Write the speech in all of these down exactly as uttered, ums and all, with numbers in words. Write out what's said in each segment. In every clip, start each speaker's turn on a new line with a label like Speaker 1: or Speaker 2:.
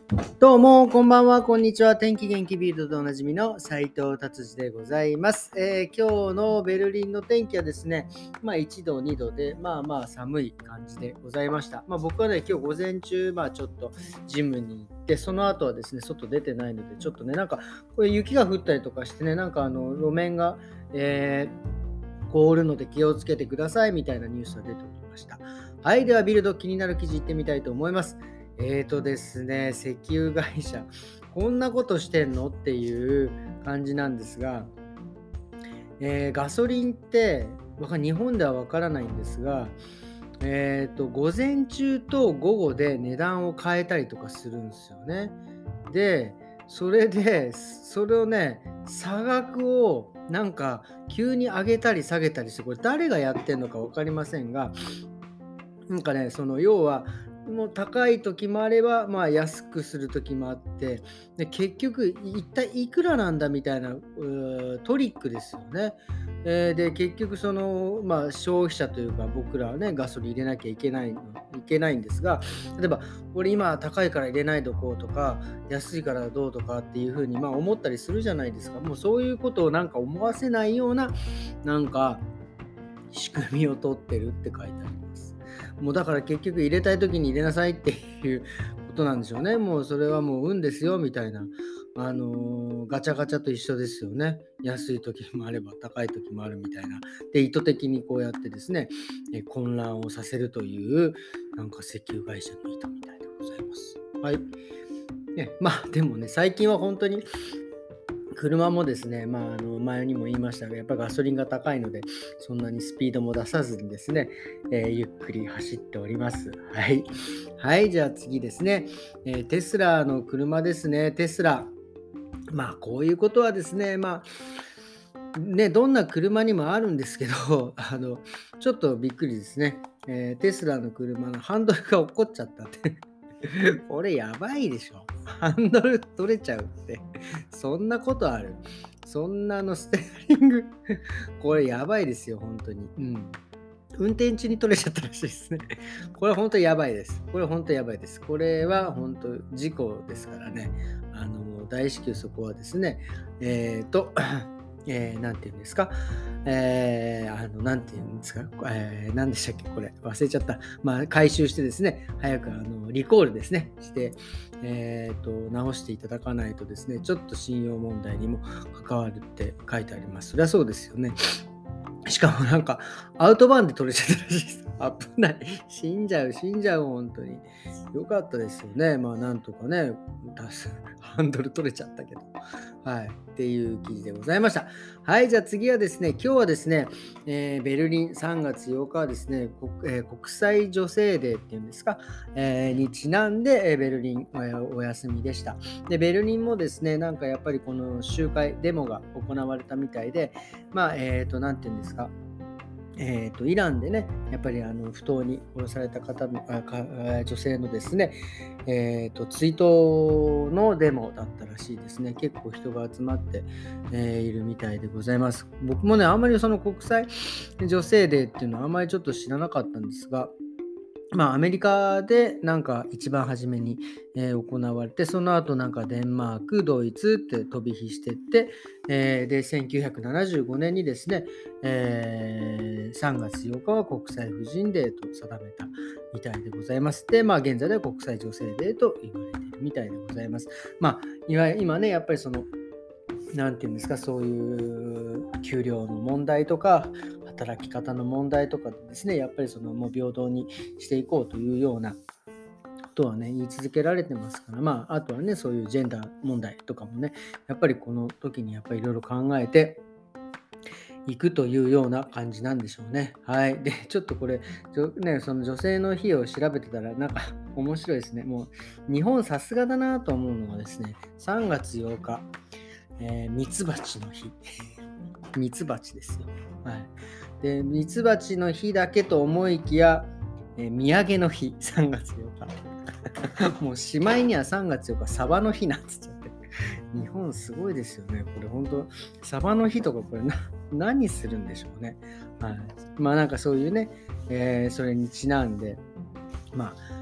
Speaker 1: どうも、こんばんは、こんにちは。天気元気ビルドでおなじみの斉藤達治でございます、えー今日のベルリンの天気はですね、まあいちど、にどで、まあまあ寒い感じでございました。まあ僕はね、今日午前中、まあちょっとジムに行って、その後はですね、外出てないので、ちょっとね、なんか、これ雪が降ったりとかしてね、なんかあの、路面が、えー凍るので気をつけてくださいみたいなニュースが出ておりました。はい、ではビルド気になる記事いってみたいと思います。えーとですね、石油会社、こんなことしてんのっていう感じなんですが、えーガソリンってわか日本ではわからないんですが、えーと午前中と午後で値段を変えたりとかするんですよね。で、それで、それをね、差額をなんか急に上げたり下げたりして、これ誰がやってんのか分かりませんが、なんかね、その要は、もう高い時もあれば、まあ安くする時もあって、で結局一体いくらなんだみたいなうートリックですよね。えーで、結局その、まあ消費者というか僕らはね、ガソリン入れなきゃいけないの、いけないんですが、例えば、これ今高いから入れないとこうとか、安いからどうとかっていうふうにまあ思ったりするじゃないですか。もうそういうことをなんか思わせないような、なんか仕組みを取ってるって書いてあります。もうだから結局入れたい時に入れなさいっていうことなんでしょうね。もうそれはもう運ですよみたいな、あのーガチャガチャと一緒ですよね。安い時もあれば高い時もあるみたいな。で、意図的にこうやってですね、え混乱をさせるという、なんか石油会社の意図みたいでございます。はい。ね、まあでもね、最近は本当に車もですね、まあ、あの前にも言いましたが、やっぱりガソリンが高いので、そんなにスピードも出さずにですね、えーゆっくり走っております。はい。はい、じゃあ次ですね、えーテスラの車ですね、テスラ。まあ、こういうことはですね、まあ、ね、どんな車にもあるんですけど、あの、ちょっとびっくりですね。えーテスラの車のハンドルが落っこっちゃったって。これやばいでしょ。ハンドル取れちゃうって。そんなことある。そんなのステアリング。これやばいですよ、本当に。うん。運転中に取れちゃったらしいですね。これ本当やばいです。これ本当やばいです。これは本当事故ですからね。あの、大至急そこはですね、えっ、と、えー、なんて言うんですか、えー、あの、なんて言うんですか、えー、何でしたっけ、これ、忘れちゃった。まあ、回収してですね、早く、あの、リコールですね、して、えっ、と、直していただかないとですね、ちょっと信用問題にも関わるって書いてあります。そりゃそうですよね。しかもなんか、アウトバーンで取れちゃったらしいです。危ない。死んじゃう、死んじゃう、本当に。よかったですよね。まあ、なんとかね、ハンドル取れちゃったけど。はい。っていう記事でございました。はい。じゃあ次はですね、今日はですね、えーベルリンさんがつようかはですね、国えー国際女性デーっていうんですか、えーにちなんで、えーベルリン、えーお休みでした。で、ベルリンもですね、なんかやっぱりこの集会、デモが行われたみたいで、まあ、えっ、と、なんていうんですか、えーと、イランでね、やっぱりあの不当に殺された方のあかあ女性のですね、えーと、追悼のデモだったらしいですね。結構人が集まって、えーいるみたいでございます。僕もね、あんまりその国際女性デーっていうのはあんまりちょっと知らなかったんですが、まあ、アメリカでなんか一番初めに、えー行われて、その後なんかデンマーク、ドイツって飛び火してって、えーで、せんきゅうひゃくななじゅうごねんにですね、えーさんがつようかは国際婦人デーと定めたみたいでございます。で、まあ、現在では国際女性デーと言われているみたいでございます。まあ、いわゆる今ね、やっぱりその、なんていうんですか、そういう給料の問題とか、働き方の問題とかでですね、やっぱりそのもう平等にしていこうというようなことはね、言い続けられてますから、まあ、あとはね、そういうジェンダー問題とかもね、やっぱりこの時にやっぱりいろいろ考えていくというような感じなんでしょうね。はい。で、ちょっとこれ、ちょね、その女性の日を調べてたら、なんか面白いですね。もう、日本さすがだなと思うのはですね、さんがつようか、えー、ミツバチの日。ミツバチですよ。はい。で、ミツバチの日だけと思いきや、えー土産の日、さんがつようか。もうしまいにはさんがつようか、サバの日なんつっちゃって。日本すごいですよね。これ本当、サバの日とかこれな何するんでしょうね。はい。まあなんかそういうね、えーそれにちなんで、まあ、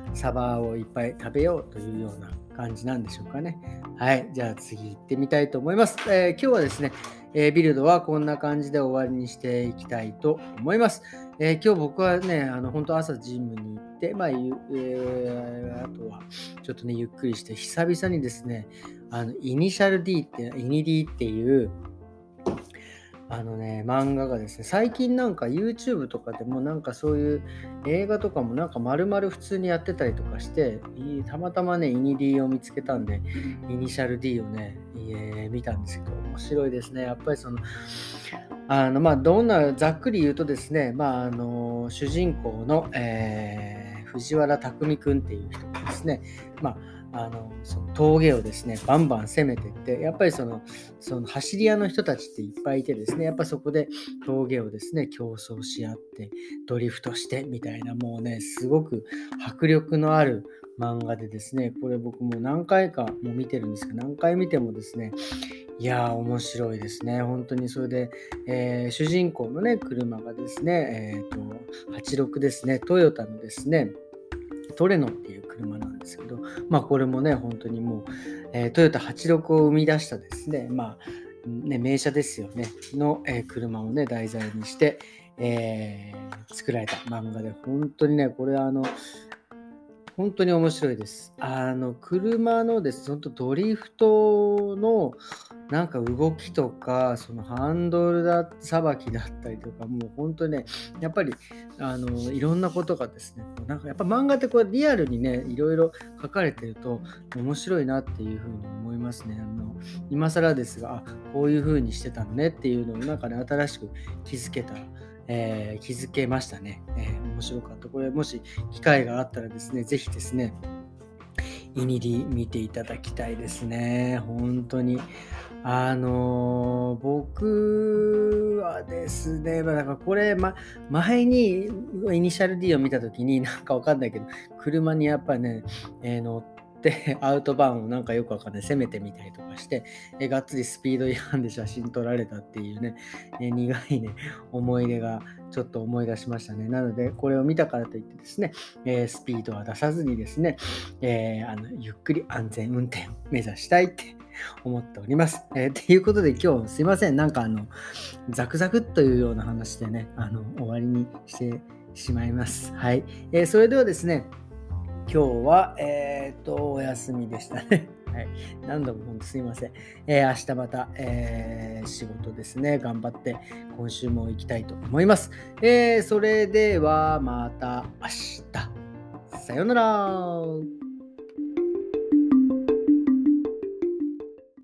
Speaker 1: サバをいっぱい食べようというような感じなんでしょうかね。はい。じゃあ次行ってみたいと思います。えー今日はですね、えービルドはこんな感じで終わりにしていきたいと思います。えー今日僕はね、あの本当朝ジムに行って、まあ、ゆえーあとはちょっとね、ゆっくりして、久々にですね、あのイニシャル D って、イニディっていう、あのね、漫画がですね、最近なんか YouTube とかでもなんかそういう映画とかもなんか丸々普通にやってたりとかして、いたまたまね、イニディを見つけたんで、イニシャル D をね、えー見たんですけど、面白いですね。やっぱりその、あの、まあ、どんな、ざっくり言うとですね、まあ、あの、主人公の、えー藤原匠くんっていう人がですね、まあ、あの、その峠をですね、バンバン攻めていって、やっぱりその、その走り屋の人たちっていっぱいいてですね、やっぱそこで峠をですね、競争し合って、ドリフトしてみたいな、もうね、すごく迫力のある漫画でですね、これ僕もう何回かも見てるんですけど、何回見てもですね、いやー、面白いですね。本当にそれで、えー主人公のね、車がですね、えっと、はちじゅうろくですね、トヨタのですね、トレノっていう車なんですけど、まあこれもね、本当にもう、えートヨタはちじゅうろくを生み出したですね、まあ、ね、名車ですよね、の、えー車をね、題材にして、えー作られた漫画で、本当にね、これあの、本当に面白いです。あの、車のです、本当ドリフトのなんか動きとか、そのハンドルださばきだったりとか、もう本当にね、やっぱりあのいろんなことがですね、こうなんかやっぱ漫画ってこうリアルにね、いろいろ書かれてると面白いなっていうふうに思いますね。あの今更ですが、あ、こういうふうにしてたのねっていうのをなんかね、新しく気づけた、えー気づけましたね。えー面白かった。これもし機会があったらですね、ぜひですね、イニディ見ていただきたいですね。本当に。あのー僕はですね、まあ、だからこれ、ま、前にイニシャル D を見たときに、なんかわかんないけど、車にやっぱりね、えー乗ってアウトバーンをなんかよくわかんない、攻めてみたりとかして、えがっつりスピード違反で写真撮られたっていうね、え苦いね、思い出がちょっと思い出しましたね。なので、これを見たからといってですね、えースピードは出さずにですね、えーあのゆっくり安全運転を目指したいって思っております。えー、ということで今日すいません。なんかあの、ザクザクっというような話でね、あの、終わりにしてしまいます。はい。えーそれではですね、今日は、えーっと、お休みでしたね。はい。何度も本当すいません。えー明日また、えー仕事ですね、頑張って今週も行きたいと思います。えーそれではまた明日。さようなら。